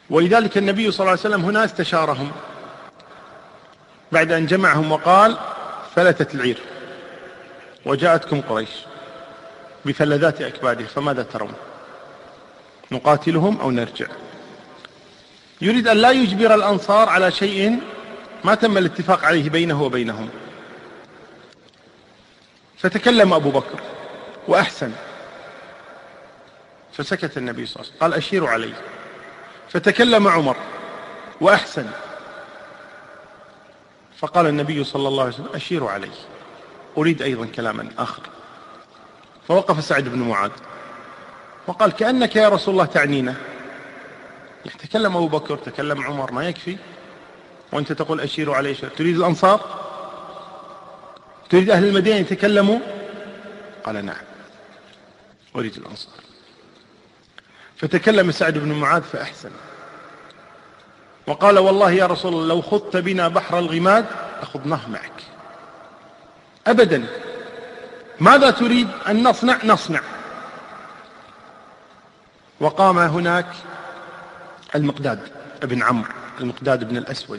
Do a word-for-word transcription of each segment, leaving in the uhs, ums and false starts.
ولذلك النبي صلى الله عليه وسلم هنا استشارهم بعد أن جمعهم وقال: فلتت العير وجاءتكم قريش بفلذات أكبادها فماذا ترون؟ نقاتلهم أو نرجع؟ يريد أن لا يجبر الأنصار على شيء ما تم الاتفاق عليه بينه وبينهم. فتكلم أبو بكر وأحسن، فسكت النبي صلى الله عليه وسلم، قال: أشيروا علي. فتكلم عمر وأحسن، فقال النبي صلى الله عليه وسلم: أشيروا علي، أريد أيضا كلاما آخر. فوقف سعد بن معاذ وقال: كأنك يا رسول الله تعنينا. تكلم أبو بكر، تكلم عمر، ما يكفي وأنت تقول أشيروا علي؟ تريد الأنصار؟ تريد أهل المدينة يتكلموا؟ قال: نعم، أريد الأنصار. فتكلم سعد بن معاذ فأحسن وقال: والله يا رسول الله لو خضت بنا بحر الغماد أخذناه معك أبدا. ماذا تريد أن نصنع؟ نصنع. وقام هناك المقداد ابن عمرو، المقداد بن الأسود،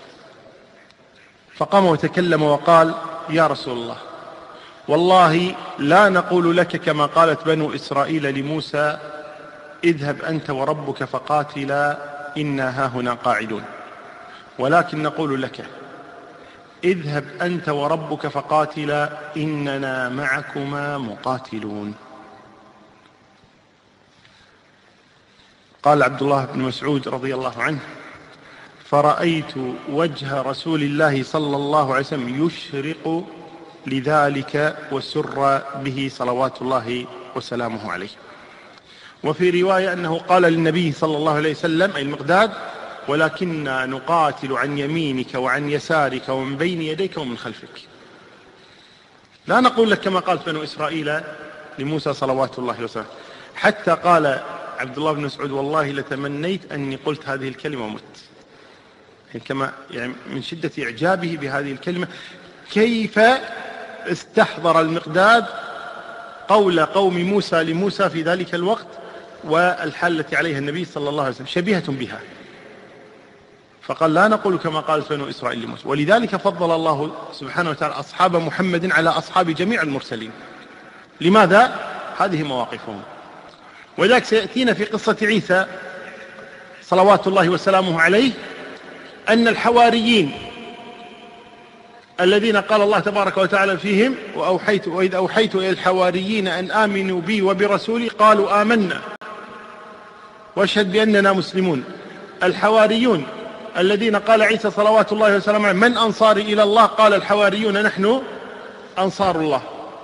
فقام وتكلم وقال: يا رسول الله والله لا نقول لك كما قالت بنو إسرائيل لموسى: اذهب أنت وربك فقاتلا إنا هاهنا قاعدون، ولكن نقول لك: اذهب أنت وربك فقاتلا إننا معكما مقاتلون. قال عبد الله بن مسعود رضي الله عنه: فرأيت وجه رسول الله صلى الله عليه وسلم يشرق لذلك وسر به صلوات الله وسلامه عليه. وفي رواية أنه قال للنبي صلى الله عليه وسلم أي المقداد: ولكننا نقاتل عن يمينك وعن يسارك ومن بين يديك ومن خلفك، لا نقول لك كما قالت بنو إسرائيل لموسى صلوات الله وسلامه. حتى قال عبد الله بن مسعود: والله لتمنيت أني قلت هذه الكلمة ومت. يعني كما يعني من شدة إعجابه بهذه الكلمة كيف استحضر المقداد قول قوم موسى لموسى في ذلك الوقت والحال التي عليها النبي صلى الله عليه وسلم شبيهة بها. فقال: لا نقول كما قالت بنو إسرائيل لموسى. ولذلك فضل الله سبحانه وتعالى أصحاب محمد على أصحاب جميع المرسلين. لماذا؟ هذه مواقفهم. ولذلك سيأتينا في قصة عيسى صلوات الله وسلامه عليه أن الحواريين الذين قال الله تبارك وتعالى فيهم: وأوحيت وإذ أوحيت إلى الحواريين أن آمنوا بي وبرسولي قالوا آمنا واشهد بأننا مسلمون. الحواريون الذين قال عيسى صلوات الله وسلامه عليه: من أنصاري إلى الله؟ قال الحواريون: نحن أنصار الله.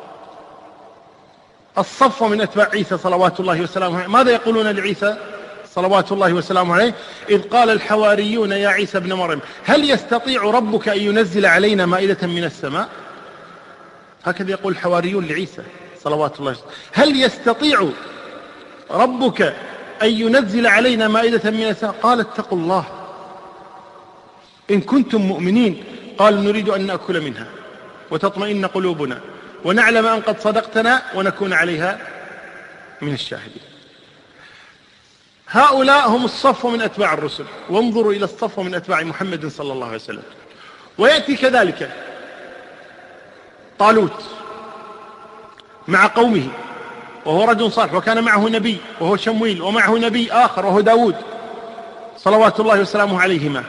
الصف من أتباع عيسى صلوات الله وسلامه عليه ماذا يقولون لعيسى صلوات الله وسلامه عليه؟ إذ قال الحواريون يا عيسى ابن مريم هل يستطيع ربك أن ينزل علينا مائدة من السماء؟ هكذا يقول الحواريون لعيسى صلوات الله وسلامه: هل يستطيع ربك أن ينزل علينا مائدة من السماء؟ قال: اتقوا الله إن كنتم مؤمنين. قال: نريد أن نأكل منها وتطمئن قلوبنا ونعلم أن قد صدقتنا ونكون عليها من الشاهدين. هؤلاء هم الصف من أتباع الرسل. وانظروا إلى الصف من أتباع محمد صلى الله عليه وسلم. ويأتي كذلك طالوت مع قومه وهو رجل صالح وكان معه نبي وهو شمويل، ومعه نبي آخر وهو داود صلوات الله وسلامه عليهما.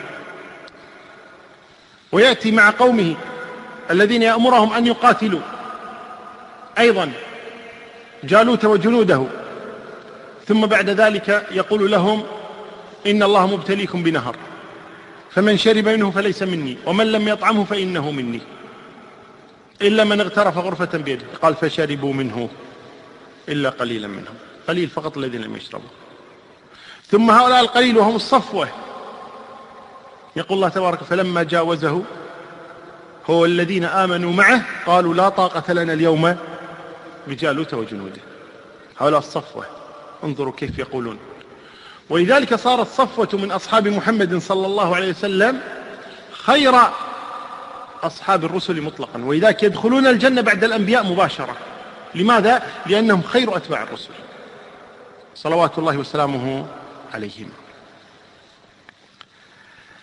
ويأتي مع قومه الذين يأمرهم أن يقاتلوا أيضا جالوت وجنوده. ثم بعد ذلك يقول لهم: إن الله مبتليكم بنهر فمن شرب منه فليس مني ومن لم يطعمه فإنه مني إلا من اغترف غرفة بيده. قال: فشربوا منه إلا قليلا منهم، قليل فقط الذين لم يشربوا. ثم هؤلاء القليل وهم الصفوة يقول الله تبارك: فلما جاوزه هو الذين آمنوا معه قالوا لا طاقة لنا اليوم بجالوت وجنوده. هؤلاء الصفوة، انظروا كيف يقولون. ولذلك صار الصفوة من أصحاب محمد صلى الله عليه وسلم خير أصحاب الرسل مطلقا، ولذلك يدخلون الجنة بعد الأنبياء مباشرة. لماذا؟ لأنهم خير أتباع الرسل صلوات الله وسلامه عليهم.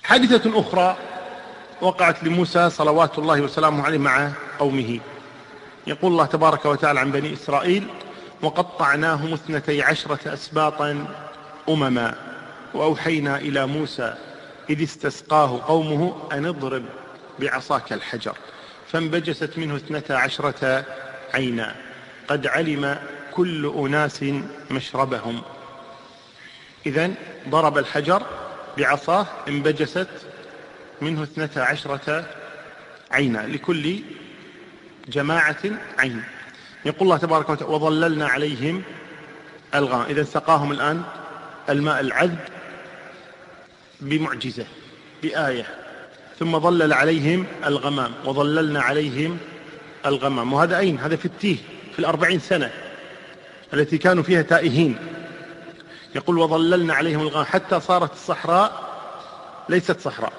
حادثة أخرى وقعت لموسى صلوات الله وسلامه عليه مع قومه. يقول الله تبارك وتعالى عن بني إسرائيل: وقطعناهم اثنتي عشرة أسباطا أمما وأوحينا إلى موسى إذ استسقاه قومه أن اضرب بعصاك الحجر فانبجست منه اثنتا عشرة عينا قد علم كل أناس مشربهم. إذن ضرب الحجر بعصاه انبجست منه اثنتا عشرة عينا، لكل جماعة عين. يقول الله تبارك وتعالى: وظللنا عليهم الغمام. إذا سقاهم الآن الماء العذب بمعجزة بآية، ثم ظلل عليهم الغمام وظللنا عليهم الغمام. وهذا أين؟ هذا في التيه، في الأربعين سنة التي كانوا فيها تائهين. يقول: وظللنا عليهم الغمام حتى صارت الصحراء ليست صحراء،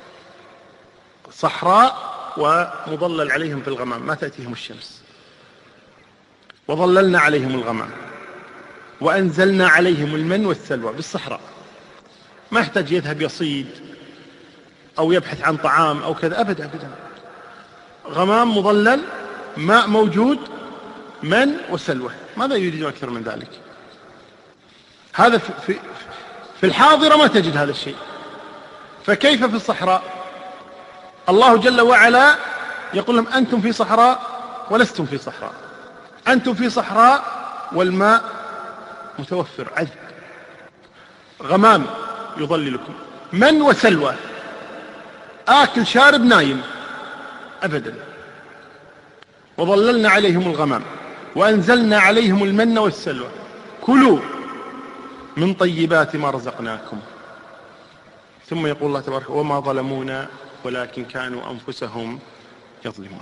صحراء ومظلل عليهم في الغمام، ما تأتيهم الشمس. وظللنا عليهم الغمام وأنزلنا عليهم المن والسلوى بالصحراء، ما يحتاج يذهب يصيد أو يبحث عن طعام أو كذا، أبدا أبدا. غمام مظلل، ماء موجود، من وسلوى، ماذا يريد أكثر من ذلك؟ هذا في, في, في الحاضرة ما تجد هذا الشيء، فكيف في الصحراء؟ الله جل وعلا يقول لهم: أنتم في صحراء ولستم في صحراء، أنتم في صحراء والماء متوفر عذب، غمام يظللكم، من وسلوى، آكل شارب نايم، أبدا. وظللنا عليهم الغمام وأنزلنا عليهم المن والسلوى كلوا من طيبات ما رزقناكم. ثم يقول الله تبارك: وما ظلمونا ولكن كانوا أنفسهم يظلمون.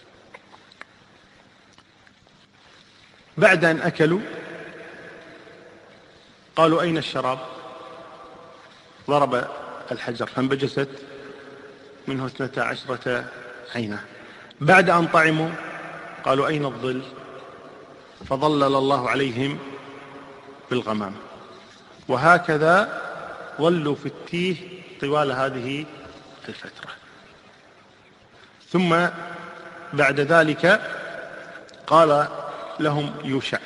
بعد أن أكلوا قالوا: أين الشراب؟ ضرب الحجر فانبجست منه اثنتا عشرة عينا. بعد أن طعموا قالوا: أين الظل؟ فظلل الله عليهم بالغمام. وهكذا ظلوا في التيه طوال هذه الفترة. ثم بعد ذلك قال لهم يوشع،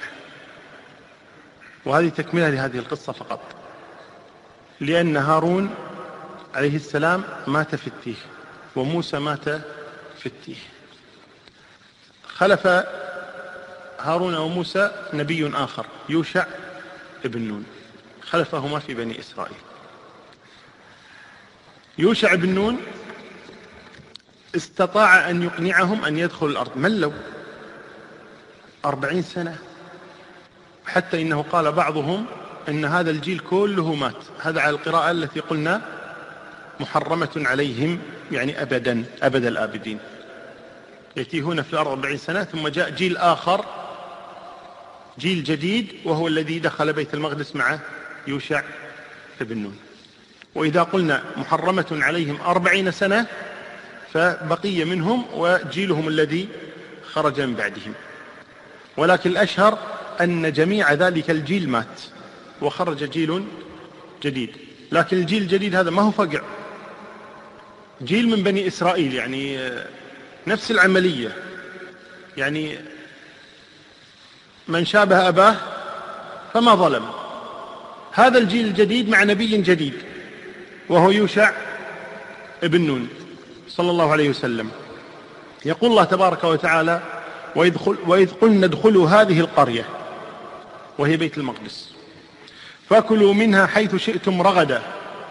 وهذه تكملة لهذه القصة فقط، لأن هارون عليه السلام مات في التيه وموسى مات في التيه. خلف هارون وموسى نبي آخر يوشع ابن نون، خلفهما في بني إسرائيل. يوشع بن نون استطاع أن يقنعهم أن يدخلوا الأرض، ملوا أربعين سنة، حتى إنه قال بعضهم أن هذا الجيل كله مات. هذا على القراءة التي قلنا محرمة عليهم، يعني أبدا أبد الآبدين، يتيهون في الأرض أربعين سنة. ثم جاء جيل آخر، جيل جديد، وهو الذي دخل بيت المقدس مع يوشع بن نون. وإذا قلنا محرمة عليهم أربعين سنة فبقي منهم وجيلهم الذي خرج من بعدهم، ولكن الأشهر أن جميع ذلك الجيل مات وخرج جيل جديد. لكن الجيل الجديد هذا ما هو فقع، جيل من بني إسرائيل، يعني نفس العملية، يعني من شابه أباه فما ظلم. هذا الجيل الجديد مع نبي جديد وهو يوشع ابن نون صلى الله عليه وسلم. يقول الله تبارك وتعالى: وإذ قلنا ادخلوا هذه القرية، وهي بيت المقدس، فكلوا منها حيث شئتم رغدا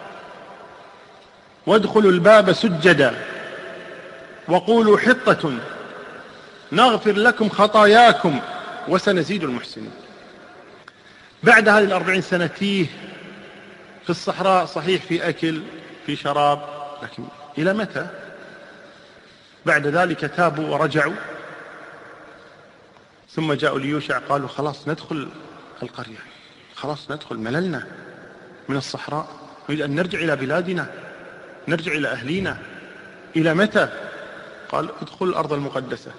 وادخلوا الباب سجدا وقولوا حطة نغفر لكم خطاياكم وسنزيد المحسنين. بعد هذه الأربعين سنة تيه في الصحراء، صحيح في أكل في شراب، لكن إلى متى؟ بعد ذلك تابوا ورجعوا، ثم جاءوا ليوشع قالوا: خلاص ندخل القرية، خلاص ندخل، مللنا من الصحراء، نريد أن نرجع إلى بلادنا، نرجع إلى أهلينا. إلى متى؟ قال: ادخل الأرض المقدسة،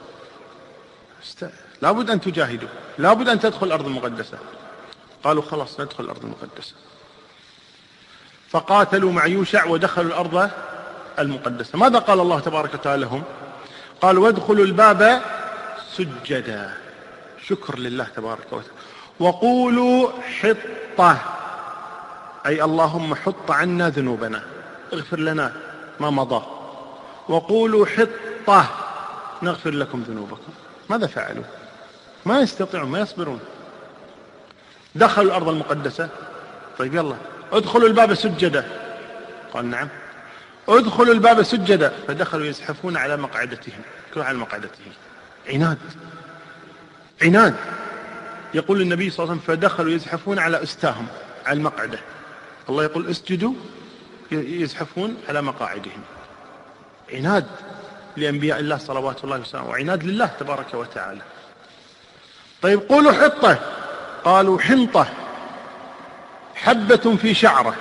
لابد أن تجاهدوا، لابد أن تدخل الأرض المقدسة. قالوا: خلاص ندخل الأرض المقدسة. فقاتلوا مع يوشع ودخلوا الأرض المقدسة. ماذا قال الله تبارك وتعالى لهم؟ قال وادخلوا الباب سجدا، شكر لله تبارك وتعالى، وقولوا حطة، أي اللهم حط عنا ذنوبنا، اغفر لنا ما مضى، وقولوا حطة نغفر لكم ذنوبكم. ماذا فعلوا؟ ما يستطيعون، ما يصبرون. دخلوا الأرض المقدسة، طيب يلا ادخلوا الباب سجدا، قال نعم ادخلوا الباب سجدا، فدخلوا يزحفون على مقعدتهم، كلوا على مقعدته. عناد عناد. يقول النبي صلى الله عليه وسلم فدخلوا يزحفون على أستاهم، على المقعدة. الله يقول اسجدوا، يزحفون على مقاعدهم. عناد لأنبياء الله صلوات الله وسلامه، وعناد لله تبارك وتعالى. طيب قولوا حطة، قالوا حنطة، حبة في شعرة.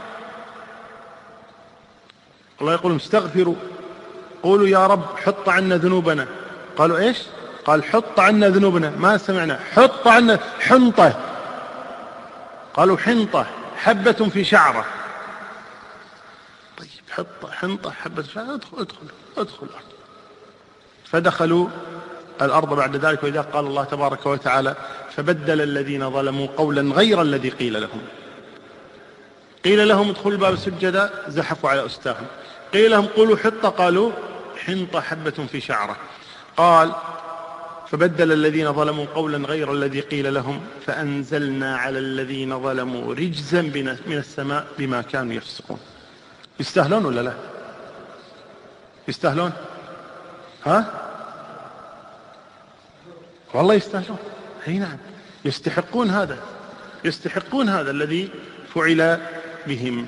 الله يقول استغفروا، قولوا يا رب حط عنا ذنوبنا، قالوا ايش؟ قال حط عنا ذنوبنا، ما سمعنا حط عنا. حنطة، قالوا حنطة حبة في شعرة. طيب حط حنطة حبة في شعرة، ادخل ادخل ادخل الأرض. فدخلوا الأرض بعد ذلك. وإذا قال الله تبارك وتعالى فبدل الذين ظلموا قولا غير الذي قيل لهم. قيل لهم ادخلوا الباب سجدا، زحفوا على أستاهم. قيل لهم قولوا حطة، قالوا حنطة حبة في شعرة. قال فبدل الذين ظلموا قولا غير الذي قيل لهم فأنزلنا على الذين ظلموا رجزا من السماء بما كانوا يفسقون. يستاهلون ولا لا؟ يستاهلون؟ ها؟ والله يستاهلون. اي نعم، يستحقون هذا، يستحقون هذا الذي فعل بهم.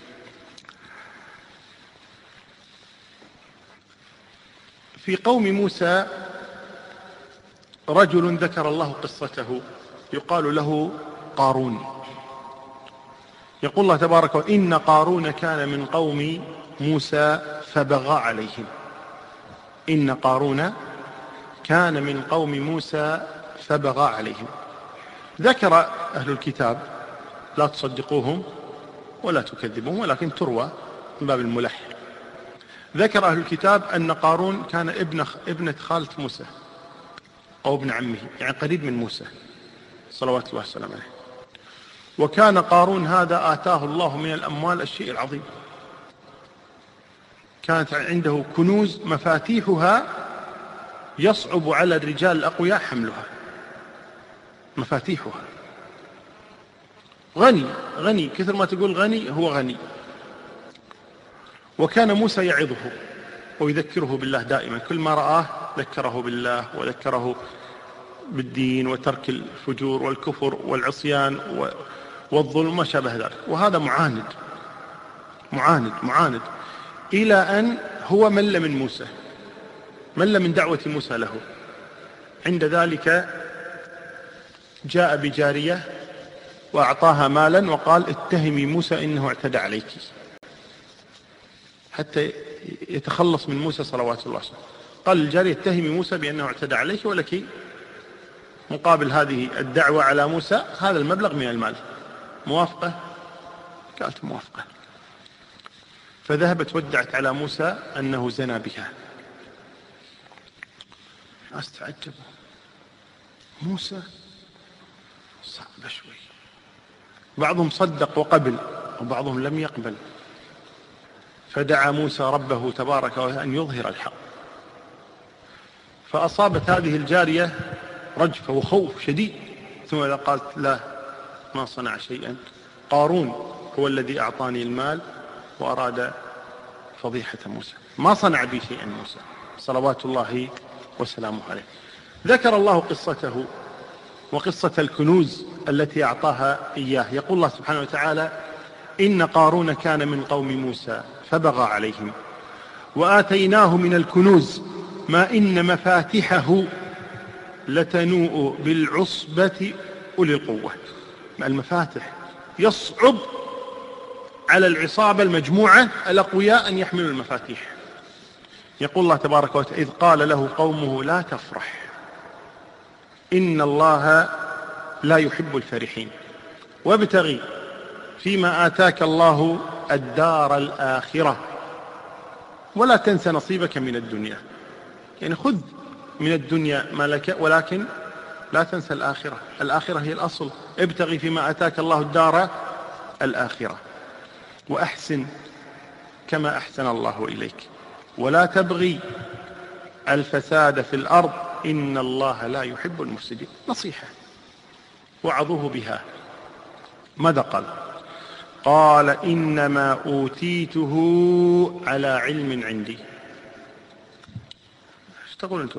في قوم موسى رجل ذكر الله قصته يقال له قارون. يقول الله تبارك وتعالى إن قارون كان من قوم موسى فبغى عليهم. إن قارون كان من قوم موسى فبغى عليهم. ذكر أهل الكتاب، لا تصدقوهم ولا تكذبوهم ولكن تروى من باب الملح، ذكر أهل الكتاب أن قارون كان ابن ابنة خالة موسى أو ابن عمه، يعني قريب من موسى صلوات الله وسلامه عليه. وكان قارون هذا آتاه الله من الأموال الشيء العظيم، كانت عنده كنوز مفاتيحها يصعب على الرجال الأقوياء حملها، مفاتيحها. غني غني كثر ما تقول غني، هو غني. وكان موسى يعظه ويذكره بالله دائما، كل ما رآه ذكره بالله وذكره بالدين وترك الفجور والكفر والعصيان والظلم ما شابه ذلك. وهذا معاند معاند معاند إلى أن هو مل من موسى، مل من دعوة موسى له. عند ذلك جاء بجارية وأعطاها مالا وقال اتهمي موسى إنه اعتدى عليك، حتى يتخلص من موسى صلوات الله وسلامه. قال الجارية اتهمي موسى بأنه اعتدى عليك ولك مقابل هذه الدعوة على موسى هذا المبلغ من المال، موافقة؟ قالت موافقة. فذهبت ودعت على موسى أنه زنى بها. الناس تعجبوا، موسى صعب شوي. بعضهم صدق وقبل وبعضهم لم يقبل. فدعا موسى ربه تبارك وتعالى أن يظهر الحق، فأصابت هذه الجارية رجفة وخوف شديد، ثم قالت لا ما صنع شيئا، قارون هو الذي أعطاني المال وأراد فضيحة موسى، ما صنع بي شيئا موسى صلوات الله وسلامه عليه. ذكر الله قصته وقصة الكنوز التي أعطاها إياه. يقول الله سبحانه وتعالى إن قارون كان من قوم موسى فبغى عليهم وآتيناه من الكنوز ما إن مفاتحه لتنوء بالعصبة أولي القوة. المفاتح يصعب على العصابة المجموعة الأقوياء أن يحملوا المفاتيح. يقول الله تبارك وتعالى إذ قال له قومه لا تفرح إن الله لا يحب الفرحين وابتغي فيما آتاك الله الدار الآخرة ولا تنس نصيبك من الدنيا. يعني خذ من الدنيا ما لك ولكن لا تنسى الآخرة. الآخرة هي الأصل. ابتغي فيما أتاك الله الدار الآخرة وأحسن كما أحسن الله إليك ولا تبغي الفساد في الأرض إن الله لا يحب المفسدين. نصيحة وعظوه بها. ماذا قال؟ قال إنما أوتيته على علم عندي. ايش تقول أنتم؟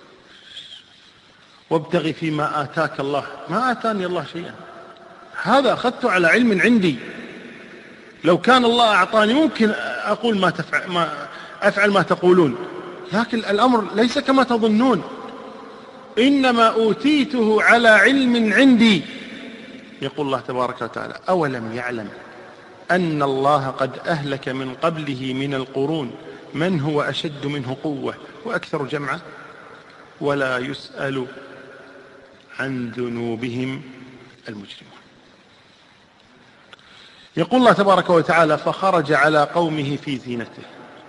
وابتغي فيما آتاك الله. ما آتاني الله شيئا، هذا أخذته على علم عندي. لو كان الله أعطاني ممكن أقول ما, تفعل ما أفعل ما تقولون، لكن الأمر ليس كما تظنون. إنما أوتيته على علم عندي. يقول الله تبارك وتعالى أولم يعلم أن الله قد أهلك من قبله من القرون من هو أشد منه قوة وأكثر جمعا ولا يسأل عن ذنوبهم المجرمون. يقول الله تبارك وتعالى فخرج على قومه في زينته.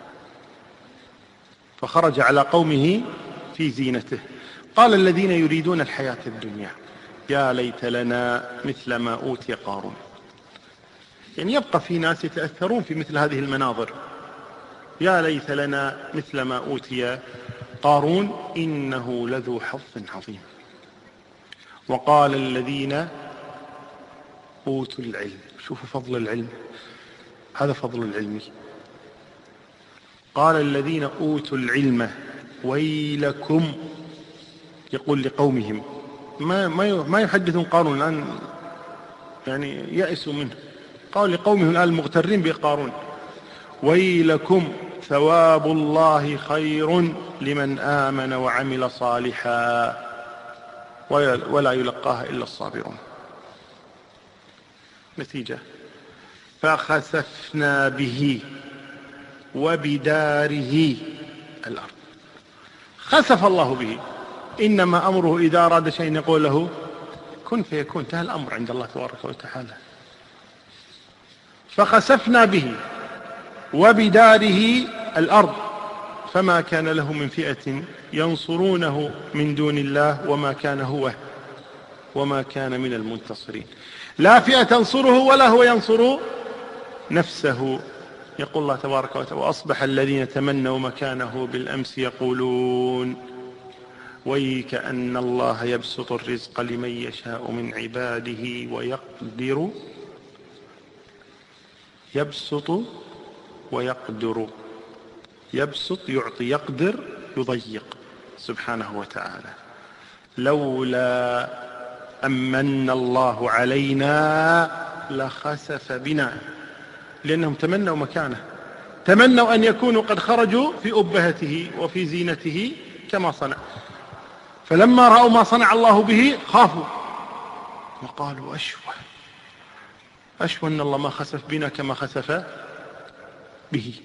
فخرج على قومه في زينته قال الذين يريدون الحياة الدنيا يا ليت لنا مثل ما أوتي قارون. يعني يبقى في ناس يتأثرون في مثل هذه المناظر. يا ليت لنا مثل ما أوتي قارون إنه لذو حظ عظيم. وقال الذين أوتوا العلم. شوفوا فضل العلم، هذا فضل العلم. قال الذين أوتوا العلم ويلكم. يقول لقومهم ما ما يحدثون قارون الآن، يعني يأسوا منه. قال لقومهم الآن المغترين بقارون ويلكم ثواب الله خير لمن آمن وعمل صالحا ولا يلقاها إلا الصابرون. نتيجة فخسفنا به وبداره الأرض. خسف الله به. إنما أمره إذا أراد شيء يقول له كن فيكون. انتهى الأمر عند الله تبارك وتعالى. فخسفنا به وبداره الأرض فما كان له من فئة ينصرونه من دون الله وما كان هو وما كان من المنتصرين. لا فئة تنصره ولا هو ينصر نفسه. يقول الله تبارك وتعالى وأصبح الذين تمنوا مكانه بالأمس يقولون ويك أن الله يبسط الرزق لمن يشاء من عباده ويقدر. يبسط ويقدر. يبسط يعطي، يقدر يضيق سبحانه وتعالى. لولا أمن الله علينا لخسف بنا. لأنهم تمنوا مكانه، تمنوا أن يكونوا قد خرجوا في أبهته وفي زينته كما صنع. فلما رأوا ما صنع الله به خافوا وقالوا أشوى أشوى أن الله ما خسف بنا كما خسف به.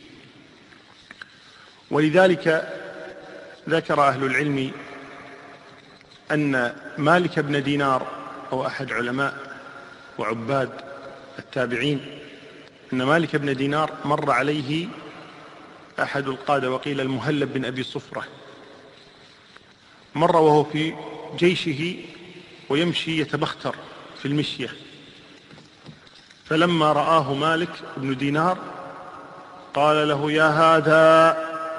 ولذلك ذكر أهل العلم أن مالك بن دينار هو أحد علماء وعباد التابعين. أن مالك بن دينار مر عليه أحد القادة وقيل المهلب بن أبي صفرة. مر وهو في جيشه ويمشي يتبختر في المشية. فلما رآه مالك بن دينار قال له يا هذا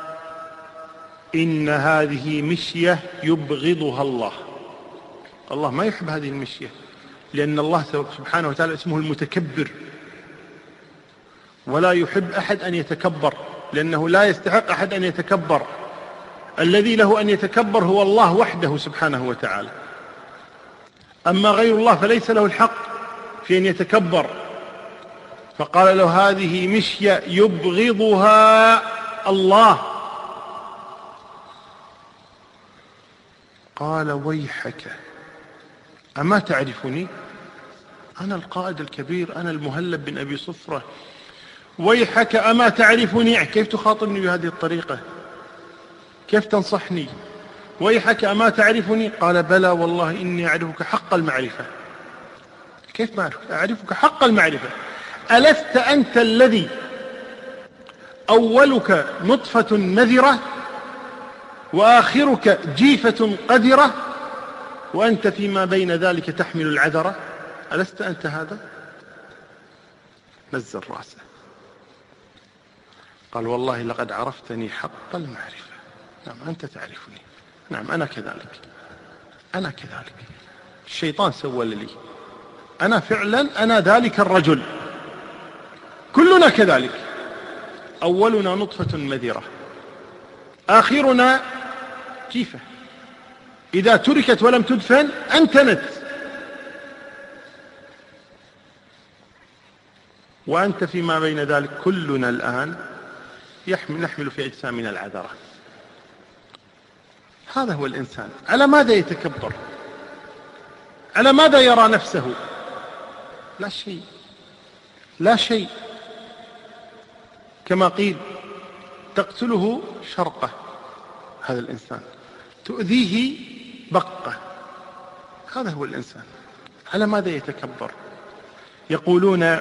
إن هذه مشية يبغضها الله. الله ما يحب هذه المشية، لأن الله سبحانه وتعالى اسمه المتكبر، ولا يحب أحد أن يتكبر، لأنه لا يستحق أحد أن يتكبر. الذي له أن يتكبر هو الله وحده سبحانه وتعالى. أما غير الله فليس له الحق في أن يتكبر. فقال له هذه مشية يبغضها الله. قال ويحك أما تعرفني؟ أنا القائد الكبير، أنا المهلب بن أبي صفرة. ويحك أما تعرفني؟ كيف تخاطبني بهذه الطريقة؟ كيف تنصحني؟ ويحك أما تعرفني؟ قال بلى والله إني أعرفك حق المعرفة. كيف ما أعرفك؟ أعرفك حق المعرفة. ألست أنت الذي أولك نطفة نذرة وآخرك جيفة قذرة وأنت فيما بين ذلك تحمل العذرة؟ ألست أنت هذا؟ نزل رأسه قال والله لقد عرفتني حق المعرفة. نعم أنت تعرفني، نعم أنا كذلك، أنا كذلك، الشيطان سول لي، أنا فعلا أنا ذلك الرجل، كلنا كذلك، أولنا نطفة مذرة آخرنا جيفة إذا تركت ولم تدفن أنتنت، وأنت فيما بين ذلك كلنا الآن يحمل نحمل في أجسامنا العذرة. هذا هو الإنسان. على ماذا يتكبر؟ على ماذا يرى نفسه؟ لا شيء، لا شيء. كما قيل تقتله شرقة، هذا الإنسان تؤذيه بقة، هذا هو الإنسان. على ماذا يتكبر؟ يقولون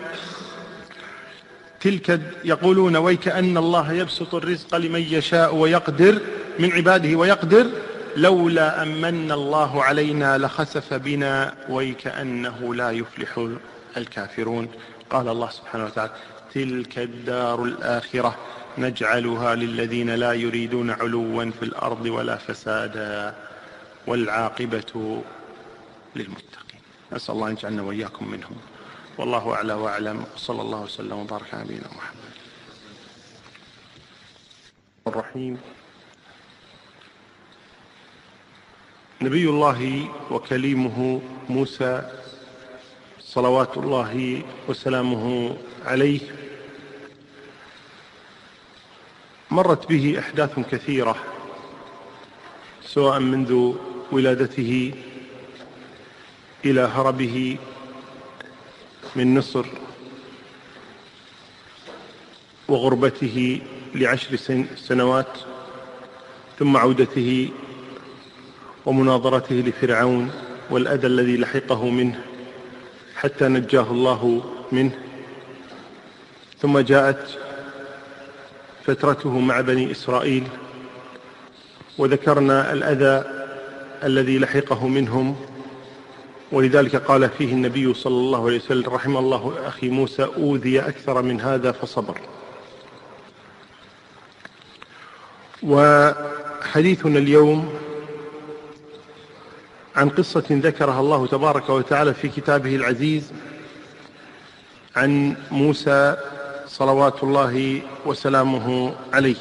تلك يقولون ويكأن الله يبسط الرزق لمن يشاء ويقدر من عباده ويقدر لولا أمن الله علينا لخسف بنا ويكأنه لا يفلح الكافرون. قال الله سبحانه وتعالى تلك الدار الآخرة نجعلها للذين لا يريدون علوا في الأرض ولا فسادا والعاقبة للمتقين. نسأل الله أن يجعلنا وإياكم منهم، والله أعلى وأعلم، وصلى الله وسلم وبارك على نبينا محمد. الرحيم. نبي الله وكليمه موسى صلوات الله وسلامه عليه مرت به أحداث كثيرة، سواء منذ ولادته إلى هربه من مصر وغربته لعشر سنوات، ثم عودته ومناظرته لفرعون والأذى الذي لحقه منه حتى نجاه الله منه، ثم جاءت فترته مع بني إسرائيل وذكرنا الأذى الذي لحقه منهم، ولذلك قال فيه النبي صلى الله عليه وسلم رحم الله أخي موسى أوذي أكثر من هذا فصبر. وحديثنا اليوم عن قصة ذكرها الله تبارك وتعالى في كتابه العزيز عن موسى صلوات الله وسلامه عليه،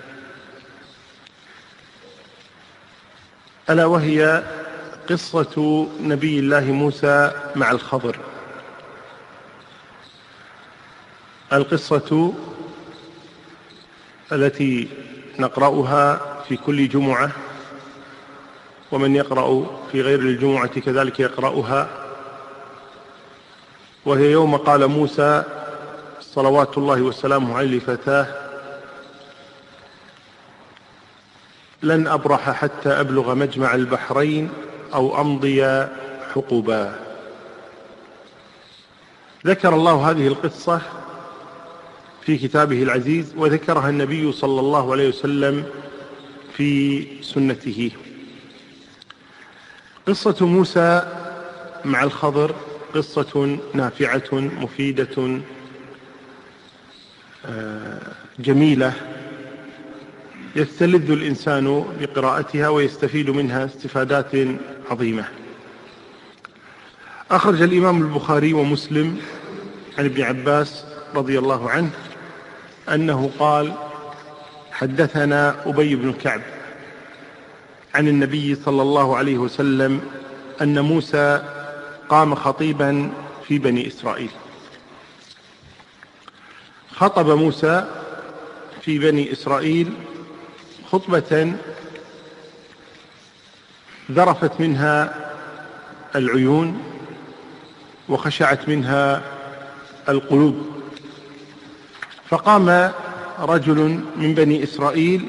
ألا وهي قصة نبي الله موسى مع الخضر. القصة التي نقرأها في كل جمعة، ومن يقرأ في غير الجمعة كذلك يقرأها، وهي يوم قال موسى صلوات الله وسلامه عليه لفتاه لن أبرح حتى أبلغ مجمع البحرين أو أمضي حقبا. ذكر الله هذه القصة في كتابه العزيز، وذكرها النبي صلى الله عليه وسلم في سنته. قصة موسى مع الخضر قصة نافعة مفيدة جميلة يستلذ الإنسان بقراءتها ويستفيد منها استفادات عظيمة. أخرج الإمام البخاري ومسلم عن ابن عباس رضي الله عنه أنه قال حدثنا أبي بن كعب عن النبي صلى الله عليه وسلم أن موسى قام خطيبا في بني إسرائيل. خطب موسى في بني إسرائيل خطبة ذرفت منها العيون وخشعت منها القلوب. فقام رجل من بني إسرائيل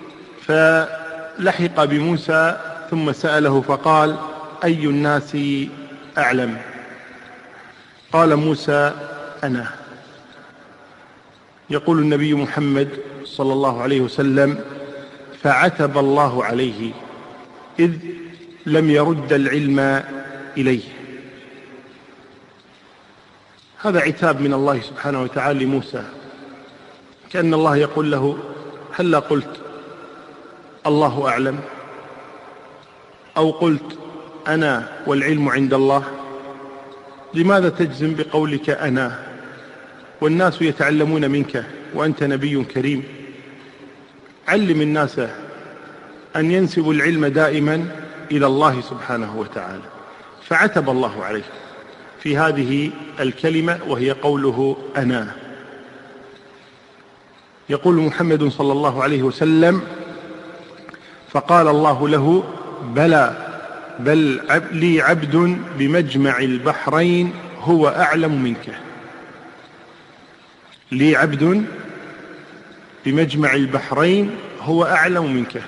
فلحق بموسى ثم سأله فقال أي الناس أعلم؟ قال موسى أنا. يقول النبي محمد صلى الله عليه وسلم: فعتب الله عليه إذ لم يرد العلم إليه. هذا عتاب من الله سبحانه وتعالى لموسى، كأن الله يقول له: هلا قلت الله أعلم، أو قلت أنا والعلم عند الله؟ لماذا تجزم بقولك أنا والناس يتعلمون منك وأنت نبي كريم؟ علم الناس أن ينسبوا العلم دائما إلى الله سبحانه وتعالى. فعتب الله عليه في هذه الكلمة وهي قوله أنا. يقول محمد صلى الله عليه وسلم: فقال الله له: بلى، بل لي عبد بمجمع البحرين هو أعلم منك. لي عبد بمجمع البحرين هو أعلم منك.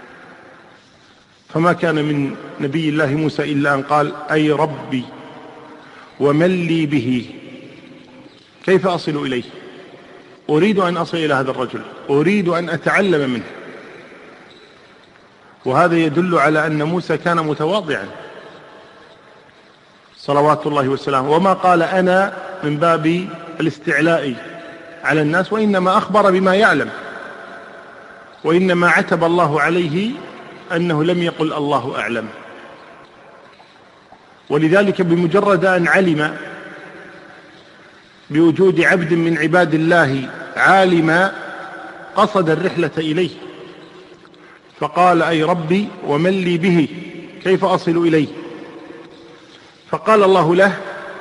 فما كان من نبي الله موسى إلا أن قال: أي ربي ومن لي به، كيف أصل إليه؟ أريد أن أصل إلى هذا الرجل، أريد أن أتعلم منه. وهذا يدل على أن موسى كان متواضعا صلوات الله وسلامه، وما قال أنا من باب الاستعلاء على الناس، وإنما أخبر بما يعلم. وإنما عتب الله عليه أنه لم يقل الله أعلم. ولذلك بمجرد أن علم بوجود عبد من عباد الله عالما قصد الرحلة إليه، فقال: أي ربي ومن لي به، كيف أصل إليه؟ فقال الله له: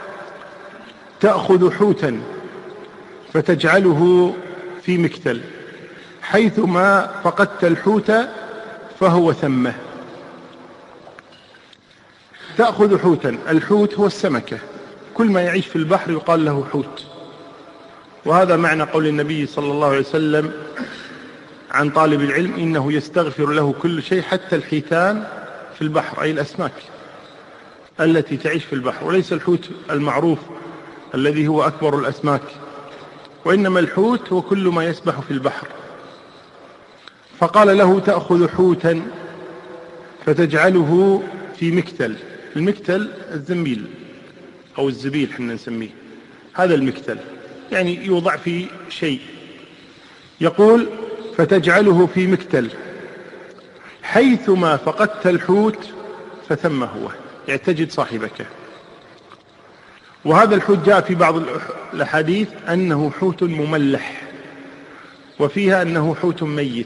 تأخذ حوتا فتجعله في مكتل، حيثما فقدت الحوت فهو ثمه. تأخذ حوتا، الحوت هو السمكة، كل ما يعيش في البحر يقال له حوت. وهذا معنى قول النبي صلى الله عليه وسلم عن طالب العلم: إنه يستغفر له كل شيء حتى الحيتان في البحر، أي الأسماك التي تعيش في البحر، وليس الحوت المعروف الذي هو أكبر الأسماك، وإنما الحوت هو كل ما يسبح في البحر. فقال له: تأخذ حوتا فتجعله في مكتل. المكتل الزنبيل أو الزبيل حنا نسميه، هذا المكتل يعني يوضع في شيء. يقول: فتجعله في مكتل، حيثما فقدت الحوت فثم هو، يعني تجد صاحبك. وهذا الحوت جاء في بعض الأحاديث أنه حوت مملح، وفيها أنه حوت ميت،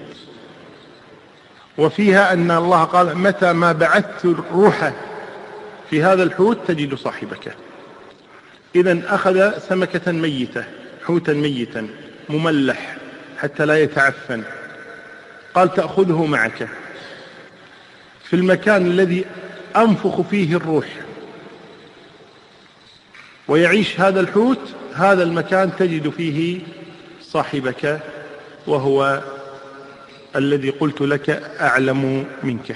وفيها أن الله قال: متى ما بعثت الروح في هذا الحوت تجد صاحبك. إذن أخذ سمكة ميتة، حوتا ميتا مملح حتى لا يتعفن، قال: تأخذه معك في المكان الذي أنفخ فيه الروح ويعيش هذا الحوت، هذا المكان تجد فيه صاحبك، وهو الذي قلت لك أعلم منك.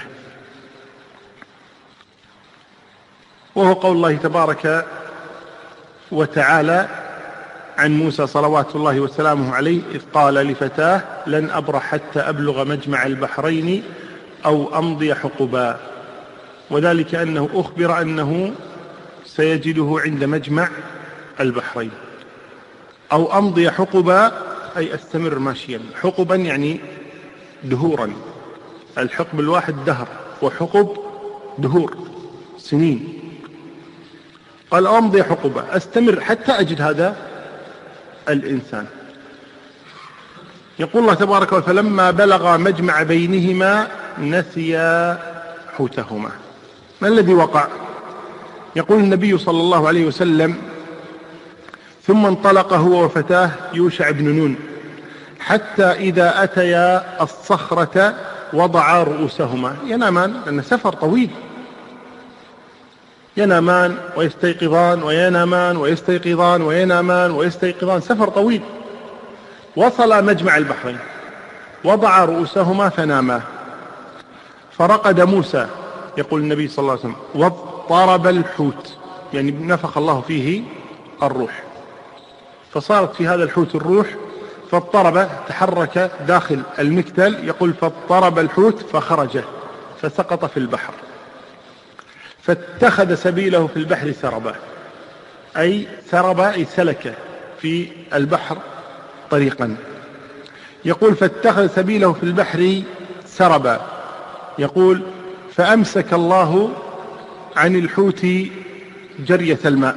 وهو قول الله تبارك وتعالى عن موسى صلوات الله وسلامه عليه: إذ قال لفتاه لن أبرح حتى أبلغ مجمع البحرين أو أمضي حقبا. وذلك أنه أخبر أنه سيجده عند مجمع البحرين. أو أمضي حقبا أي أستمر ماشيا، حقبا يعني دهورا، الحقب الواحد دهر، وحقب دهور سنين. قال: أمضي حقبا، أستمر حتى أجد هذا الإنسان. يقول الله تبارك وتعالى: فلما بلغ مجمع بينهما نسيا حوتهما. ما الذي وقع؟ يقول النبي صلى الله عليه وسلم: ثم انطلق هو وفتاه يوشع بن نون حتى إذا أتيا الصخرة وضعا رؤوسهما، ينامان لأن سفر طويل، ينامان ويستيقظان وينامان ويستيقظان وينامان ويستيقظان، سفر طويل. وصل مجمع البحرين، وضع رؤوسهما فناما، فرقد موسى، يقول النبي صلى الله عليه وسلم، واضطرب الحوت، يعني نفخ الله فيه الروح، فصارت في هذا الحوت الروح، فاضطرب، تحرك داخل المكتل، يقول فاضطرب الحوت فخرج فسقط في البحر، فاتخذ سبيله في البحر سربا، أي سرب أي سلك في البحر طريقا. يقول فاتخذ سبيله في البحر سربا، يقول فأمسك الله عن الحوت جرية الماء،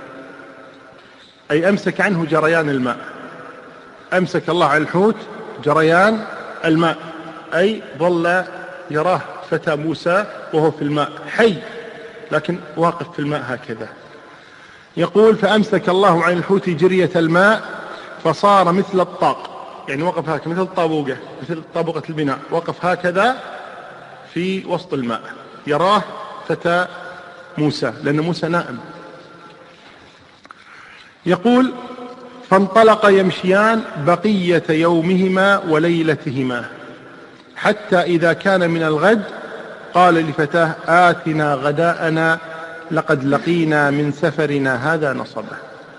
أي أمسك عنه جريان الماء. أمسك الله عن الحوت جريان الماء، أي ظل يراه فتى موسى وهو في الماء حي، لكن واقف في الماء هكذا. يقول فأمسك الله عن الحوت جرية الماء فصار مثل الطاق، يعني وقف هكذا مثل الطابوقة، مثل طابوقة البناء، وقف هكذا في وسط الماء يراه فتى موسى، لأن موسى نائم. يقول فانطلق يمشيان بقية يومهما وليلتهما حتى إذا كان من الغد قال لفتاه آتنا غداءنا لقد لقينا من سفرنا هذا نصبا.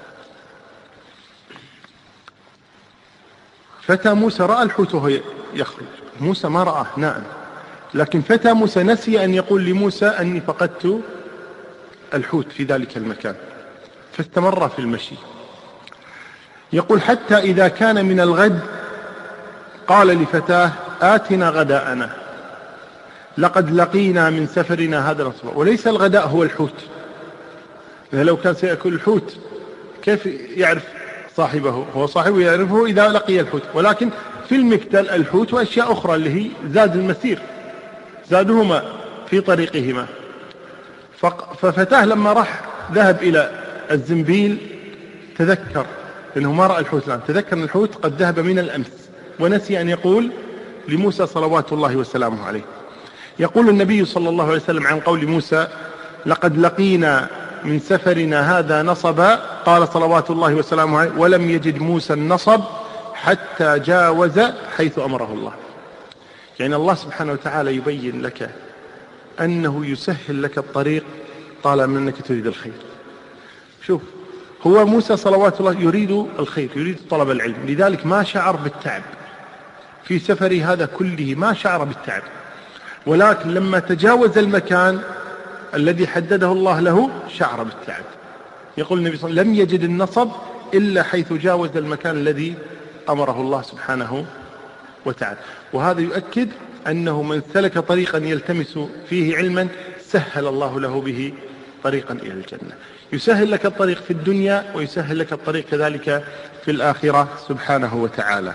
فتى موسى رأى الحوت وهو يخرج، موسى ما رآه نائم، لكن فتى موسى نسي أن يقول لموسى أني فقدت الحوت في ذلك المكان، فاستمر في المشي. يقول حتى إذا كان من الغد قال لفتاه آتنا غداءنا لقد لقينا من سفرنا هذا نصبا. وليس الغداء هو الحوت، لو كان سيأكل الحوت كيف يعرف صاحبه؟ هو صاحبه يعرفه إذا لقي الحوت، ولكن في المكتل الحوت وأشياء أخرى اللي هي زاد المسير، زادهما في طريقهما. ففتاه لما راح ذهب إلى الزنبيل تذكر أنه ما رأى الحوت الآن، تذكر أن الحوت قد ذهب من الأمس، ونسي أن يقول لموسى صلوات الله وسلامه عليه. يقول النبي صلى الله عليه وسلم عن قول موسى لقد لقينا من سفرنا هذا نصبا، قال صلوات الله وسلامه عليه ولم يجد موسى النصب حتى جاوز حيث أمره الله. يعني الله سبحانه وتعالى يبين لك أنه يسهل لك الطريق طالما أنك تريد الخير. شوف، هو موسى صلوات الله يريد الخير، يريد طلب العلم، لذلك ما شعر بالتعب في سفري هذا كله، ما شعر بالتعب، ولكن لما تجاوز المكان الذي حدده الله له شعر بالتعب. يقول النبي صلى الله عليه وسلم لم يجد النصب إلا حيث جاوز المكان الذي أمره الله سبحانه وتعالى. وهذا يؤكد أنه من سلك طريقا يلتمس فيه علما سهل الله له به طريقا إلى الجنة، يسهل لك الطريق في الدنيا ويسهل لك الطريق كذلك في الآخرة سبحانه وتعالى.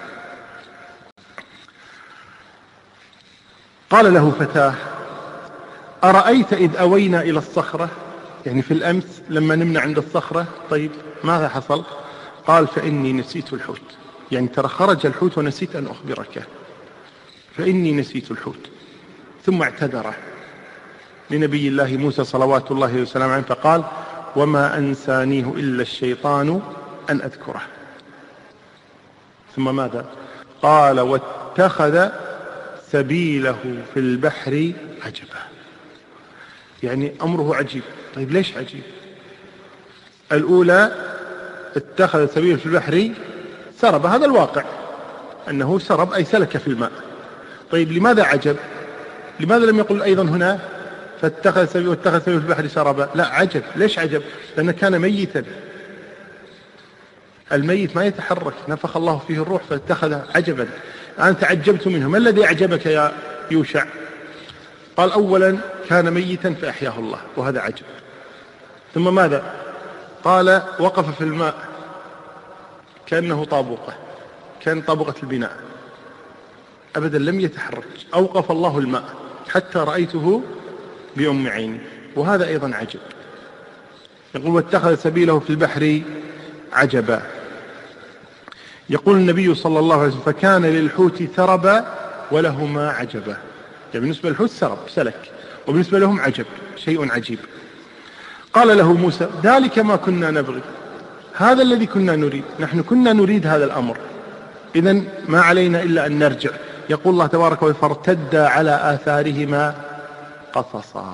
قال له فتاه أرأيت إذ أوينا إلى الصخرة، يعني في الأمس لما نمنا عند الصخرة، طيب ماذا حصل؟ قال فإني نسيت الحوت، يعني ترى خرج الحوت ونسيت أن أخبرك، فإني نسيت الحوت. ثم اعتذر لنبي الله موسى صلوات الله وسلامه عليه فقال وما أنسانيه إلا الشيطان أن أذكره. ثم ماذا؟ قال واتخذ سبيله في البحر عجبا، يعني أمره عجيب. طيب ليش عجيب؟ الأولى اتخذ سبيله في البحر سرب، هذا الواقع أنه سرب أي سلك في الماء. طيب لماذا عجب؟ لماذا لم يقل أيضا هنا فاتخذ سبيله واتخذ سبيله في البحر سربا؟ لا، عجب. ليش عجب؟ لأنه كان ميتا، الميت ما يتحرك، نفخ الله فيه الروح فاتخذ عجبا. أنا تعجبت منه، ما الذي أعجبك يا يوشع؟ قال أولا كان ميتا فأحياه الله، وهذا عجب. ثم ماذا؟ قال وقف في الماء كأنه طابوقة، كان طابوقة البناء، أبدا لم يتحرك، أوقف الله الماء حتى رأيته بأم عيني، وهذا أيضا عجب. يقول واتخذ سبيله في البحر عجبا. يقول النبي صلى الله عليه وسلم فكان للحوت ثربا ولهما عجبا، يعني بالنسبة للحوت سرب سلك، وبالنسبة لهم عجب، شيء عجيب. قال له موسى ذلك ما كنا نبغي، هذا الذي كنا نريد، نحن كنا نريد هذا الأمر، إذن ما علينا إلا أن نرجع. يقول الله تبارك وتعالى فارتدا على آثارهما قصصا،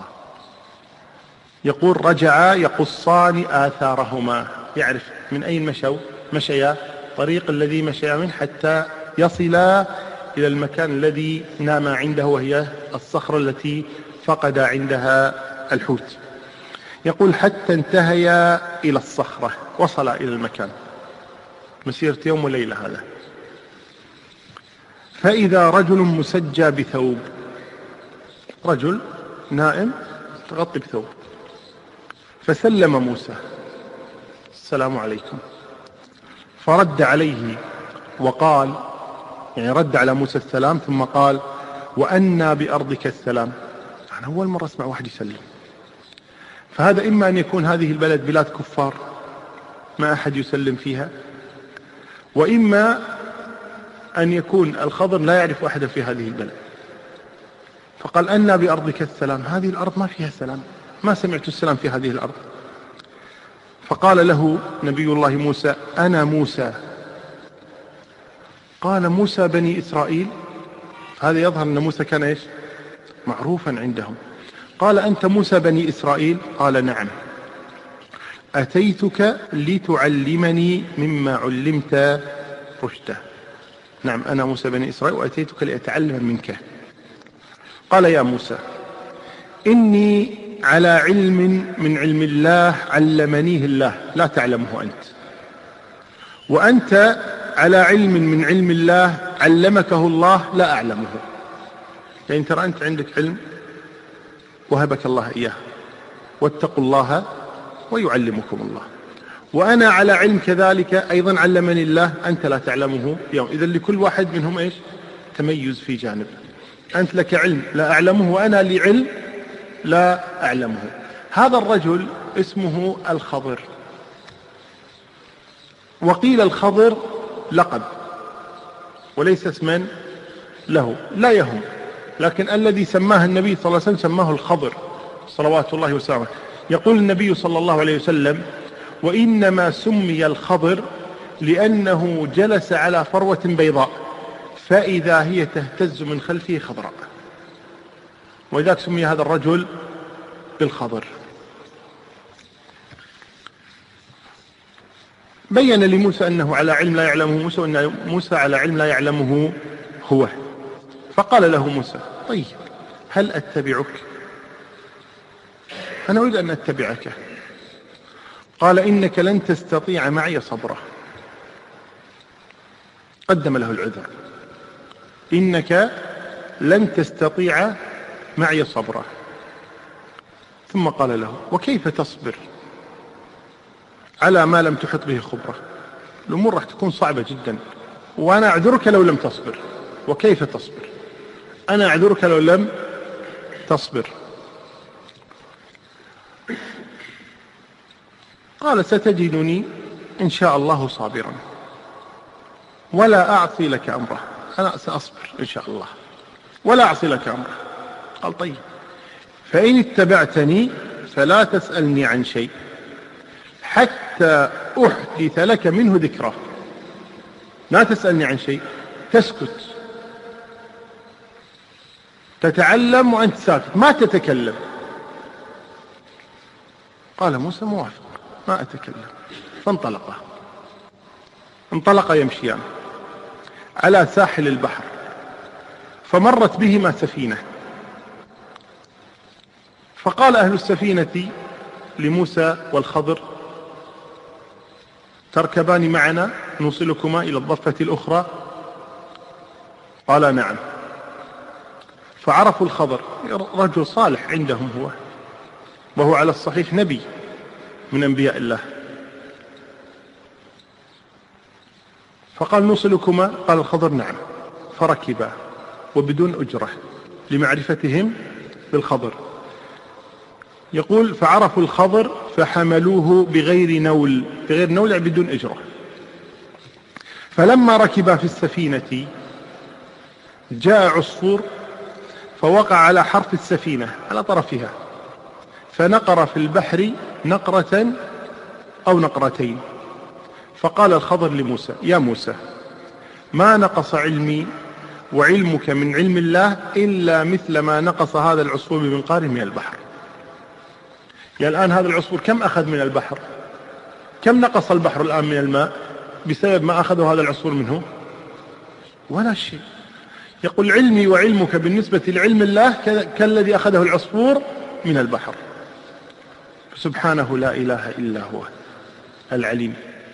يقول رجعا يقصان آثارهما، يعرف من أين مشوا، مشيا الطريق الذي مشى منه حتى يصلا إلى المكان الذي نام عنده، وهي الصخرة التي فقد عندها الحوت. يقول حتى انتهيا إلى الصخرة، وصل إلى المكان مسيرة يوم وليلة هذا. فإذا رجل مسجى بثوب، رجل نائم تغطي بثوب. فسلم موسى السلام عليكم، فرد عليه وقال، يعني رد على موسى السلام ثم قال وأنى بأرضك السلام. أنا أول مرة أسمع واحد يسلم. فهذا إما أن يكون هذه البلد بلاد كفار ما أحد يسلم فيها، وإما أن يكون الخضر لا يعرف أحدا في هذه البلد. فقال أنى بأرضك السلام، هذه الأرض ما فيها سلام، ما سمعت السلام في هذه الأرض. فقال له نبي الله موسى أنا موسى. قال موسى بني إسرائيل. هذا يظهر أن موسى كان إيش؟ معروفا عندهم. قال أنت موسى بني إسرائيل؟ قال نعم. أتيتك لتعلمني مما علمت رشدا. نعم أنا موسى بني إسرائيل وأتيتك لأتعلم منك. قال يا موسى إني على علم من علم الله علمنيه الله لا تعلمه أنت، وأنت على علم من علم الله علمكه الله لا أعلمه. يعني ترى أنت عندك علم وهبك الله إياه، واتقوا الله ويعلمكم الله. وأنا على علم كذلك أيضا علمني الله أنت لا تعلمه اليوم. إذن لكل واحد منهم إيش؟ تميز في جانب. أنت لك علم لا أعلمه، وأنا لي علم لا أعلمه. هذا الرجل اسمه الخضر، وقيل الخضر لقب وليس اسما له، لا يهم، لكن الذي سماه النبي صلى الله عليه وسلم سماه الخضر صلوات الله وسلامه. يقول النبي صلى الله عليه وسلم وإنما سمي الخضر لأنه جلس على فروة بيضاء فإذا هي تهتز من خلفه خضراء، ولذلك سمي هذا الرجل بالخضر. بين لموسى أنه على علم لا يعلمه موسى، وأن موسى على علم لا يعلمه هو. فقال له موسى طيب هل أتبعك؟ أنا أريد أن أتبعك. قال إنك لن تستطيع معي صبرا. قدم له العذر، إنك لن تستطيع معي صبرا. ثم قال له وكيف تصبر على ما لم تحط به خبرة؟ الأمور راح تكون صعبة جدا، وأنا أعذرك لو لم تصبر. وكيف تصبر؟ أنا أعذرك لو لم تصبر. قال ستجدني إن شاء الله صابرا ولا أعصي لك أمره. أنا سأصبر إن شاء الله ولا أعصي لك أمره. قال طيب فإن اتبعتني فلا تسألني عن شيء حتى أحدث لك منه ذكرى. لا تسألني عن شيء، تسكت، تتعلم وأنت ساكت ما تتكلم. قال موسى موافق ما أتكلم. فانطلقا انطلق يمشيان على ساحل البحر، فمرت بهما سفينة. فقال أهل السفينة لموسى والخضر تركبان معنا نوصلكما إلى الضفة الأخرى؟ قال نعم. فعرفوا الخضر رجل صالح عندهم هو، وهو على الصحيح نبي من أنبياء الله. فقال نوصلكما؟ قال الخضر نعم. فركبا وبدون أجرة لمعرفتهم بالخضر. يقول فعرفوا الخضر فحملوه بغير نول، بغير نول يعني بدون أجرة. فلما ركبا في السفينة جاء عصفور فوقع على حرف السفينة على طرفها، فنقر في البحر نقرة أو نقرتين. فقال الخضر لموسى يا موسى ما نقص علمي وعلمك من علم الله إلا مثل ما نقص هذا العصفور بمنقار من البحر. يعني الآن هذا العصفور كم أخذ من البحر؟ كم نقص البحر الآن من الماء؟ بسبب ما أخذه هذا العصفور منه؟ ولا شيء. يقول علمي وعلمك بالنسبة لعلم الله كالذي أخذه العصفور من البحر. سبحانه لا إله إلا هو العليم.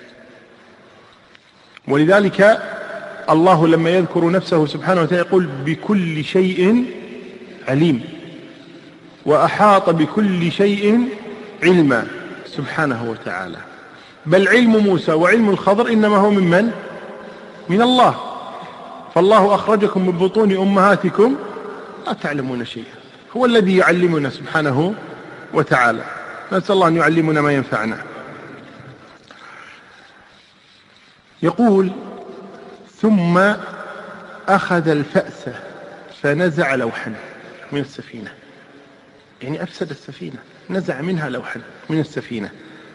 ولذلك الله لما يذكر نفسه سبحانه وتعالى يقول بكل شيء عليم، وأحاط بكل شيء علما سبحانه وتعالى. بل علم موسى وعلم الخضر إنما هو من من؟ من الله. فالله أخرجكم من بطون أمهاتكم لا تعلمون شيئا، هو الذي يعلمنا سبحانه وتعالى. نسأل الله أن يعلمنا ما ينفعنا. يقول ثم أخذ الفأس فنزع لوحا من السفينة، يعني أفسد السفينة، نزع منها لوحا من السفينة.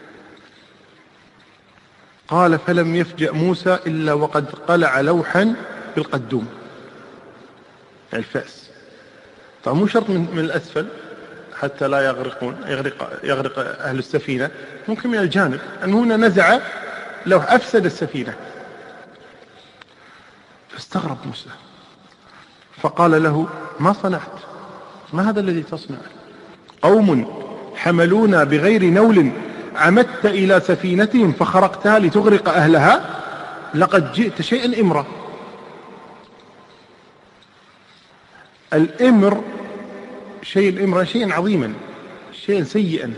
قال فلم يفجأ موسى إلا وقد قلع لوحا بالقدوم، يعني الفأس. طبعا مو شرط من, من الأسفل حتى لا يغرقون يغرق, يغرق أهل السفينة، ممكن من الجانب. أن هنا نزع لوح أفسد السفينة. فاستغرب موسى فقال له ما صنعت؟ ما هذا الذي تصنع؟ قوم حملونا بغير نول عمدت إلى سفينتهم فخرقتها لتغرق أهلها، لقد جئت شيئا إمرا. الإمر شيء الإمر شيئا عظيما، شيئا سيئا.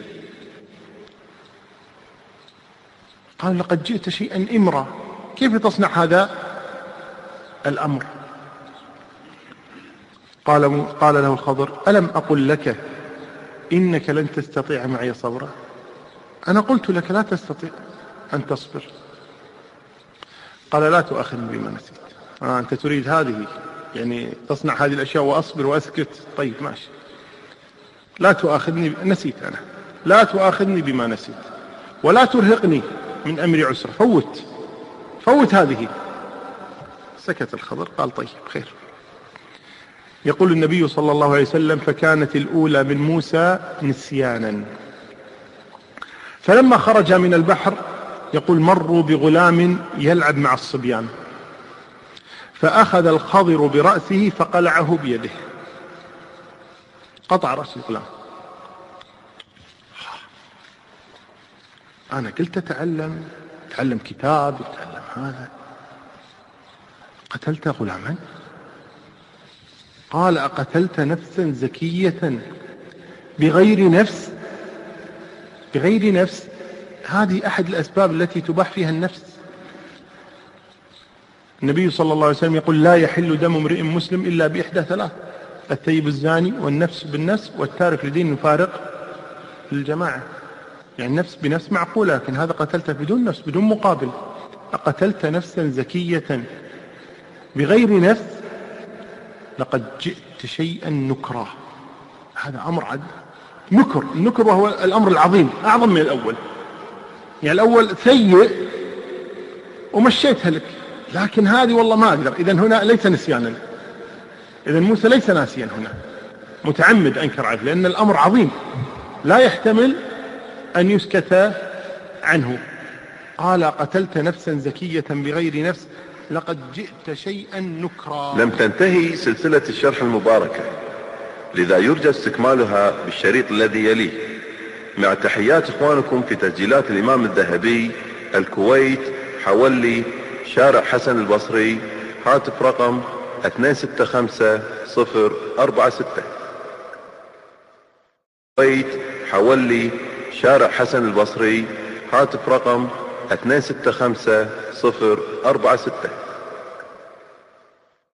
قال لقد جئت شيئا إمرا، كيف تصنع هذا الأمر؟ قال, قال له الخضر ألم أقل لك إنك لن تستطيع معي صبرا؟ أنا قلت لك لا تستطيع أن تصبر. قال لا تؤاخذني بما نسيت. آه أنت تريد هذه، يعني تصنع هذه الأشياء وأصبر وأسكت؟ طيب ماشي، لا تؤاخذني، نسيت أنا، لا تؤاخذني بما نسيت ولا ترهقني من أمري عسر، فوت فوت هذه. سكت الخضر قال طيب خير. يقول النبي صلى الله عليه وسلم فكانت الأولى من موسى نسيانا. فلما خرج من البحر يقول مروا بغلام يلعب مع الصبيان، فأخذ الخضر برأسه فقلعه بيده، قطع رأس الغلام. أنا قلت أتعلم تعلم كتاب يتعلم هذا، قتلت غلاما؟ قال أقتلت نفسا زكية بغير نفس؟ بغير نفس هذه أحد الأسباب التي تباح فيها النفس. النبي صلى الله عليه وسلم يقول لا يحل دم امرئ مسلم إلا بإحدى ثلاث: الثيب الزاني والنفس بالنفس والتارك لدين مفارق للجماعة. يعني نفس بنفس معقولة، لكن هذا قتلته بدون نفس بدون مقابل. أقتلت نفسا زكية بغير نفس لقد جئت شيئا نكرا. هذا أمر عد نكر. النكر وهو الأمر العظيم أعظم من الأول. يعني الأول سيء ومشيتها لك، لكن هذه والله ما أقدر. إذن هنا ليس نسيانا، إذن موسى ليس ناسيا هنا، متعمد أنكر عليه، لأن الأمر عظيم لا يحتمل أن يسكت عنه. قال قتلت نفسا زكية بغير نفس لقد جئت شيئا نكرا. لم تنتهي سلسلة الشرح المباركة، لذا يرجى استكمالها بالشريط الذي يليه. مع تحيات إخوانكم في تسجيلات الإمام الذهبي، الكويت، حولي، شارع حسن البصري، هاتف رقم اثنين ستة خمسة صفر أربعة ستة. الكويت، حولي، شارع حسن البصري، هاتف رقم اثنين ستة خمسة صفر أربعة ستة.